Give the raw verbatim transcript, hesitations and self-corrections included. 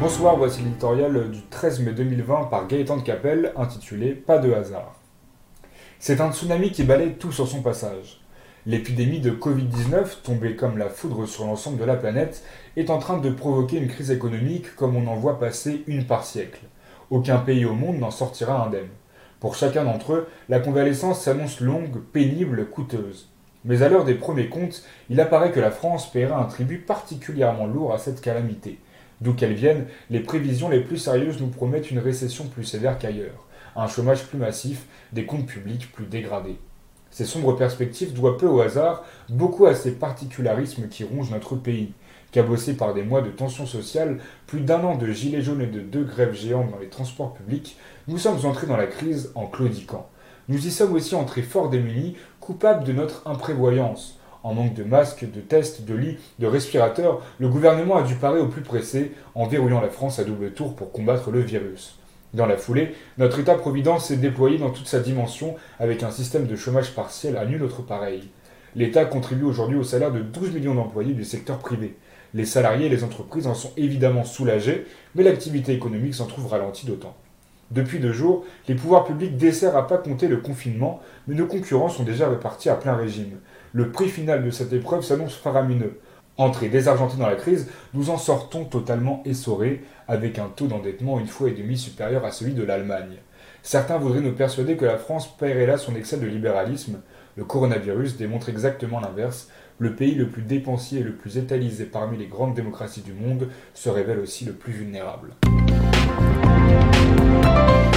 Bonsoir, voici l'éditorial du treize mai deux mille vingt par Gaëtan de Capelle, intitulé Pas de hasard. C'est un tsunami qui balaye tout sur son passage. L'épidémie de covid dix-neuf, tombée comme la foudre sur l'ensemble de la planète, est en train de provoquer une crise économique comme on en voit passer une par siècle. Aucun pays au monde n'en sortira indemne. Pour chacun d'entre eux, la convalescence s'annonce longue, pénible, coûteuse. Mais à l'heure des premiers comptes, il apparaît que la France paiera un tribut particulièrement lourd à cette calamité. D'où qu'elles viennent, les prévisions les plus sérieuses nous promettent une récession plus sévère qu'ailleurs, un chômage plus massif, des comptes publics plus dégradés. Ces sombres perspectives doivent peu au hasard, beaucoup à ces particularismes qui rongent notre pays. Cabossé par des mois de tension sociale, plus d'un an de gilets jaunes et de deux grèves géantes dans les transports publics, nous sommes entrés dans la crise en claudiquant. Nous y sommes aussi entrés fort démunis, coupables de notre imprévoyance. En manque de masques, de tests, de lits, de respirateurs, le gouvernement a dû parer au plus pressé en verrouillant la France à double tour pour combattre le virus. Dans la foulée, notre État-providence s'est déployé dans toute sa dimension avec un système de chômage partiel à nul autre pareil. L'État contribue aujourd'hui au salaire de douze millions d'employés du secteur privé. Les salariés et les entreprises en sont évidemment soulagés, mais l'activité économique s'en trouve ralentie d'autant. Depuis deux jours, les pouvoirs publics desserrent à pas compter le confinement, mais nos concurrents sont déjà repartis à plein régime. Le prix final de cette épreuve s'annonce faramineux. Entrés désargentés dans la crise, nous en sortons totalement essorés, avec un taux d'endettement une fois et demie supérieur à celui de l'Allemagne. Certains voudraient nous persuader que la France paierait là son excès de libéralisme. Le coronavirus démontre exactement l'inverse. Le pays le plus dépensier et le plus étalisé parmi les grandes démocraties du monde se révèle aussi le plus vulnérable.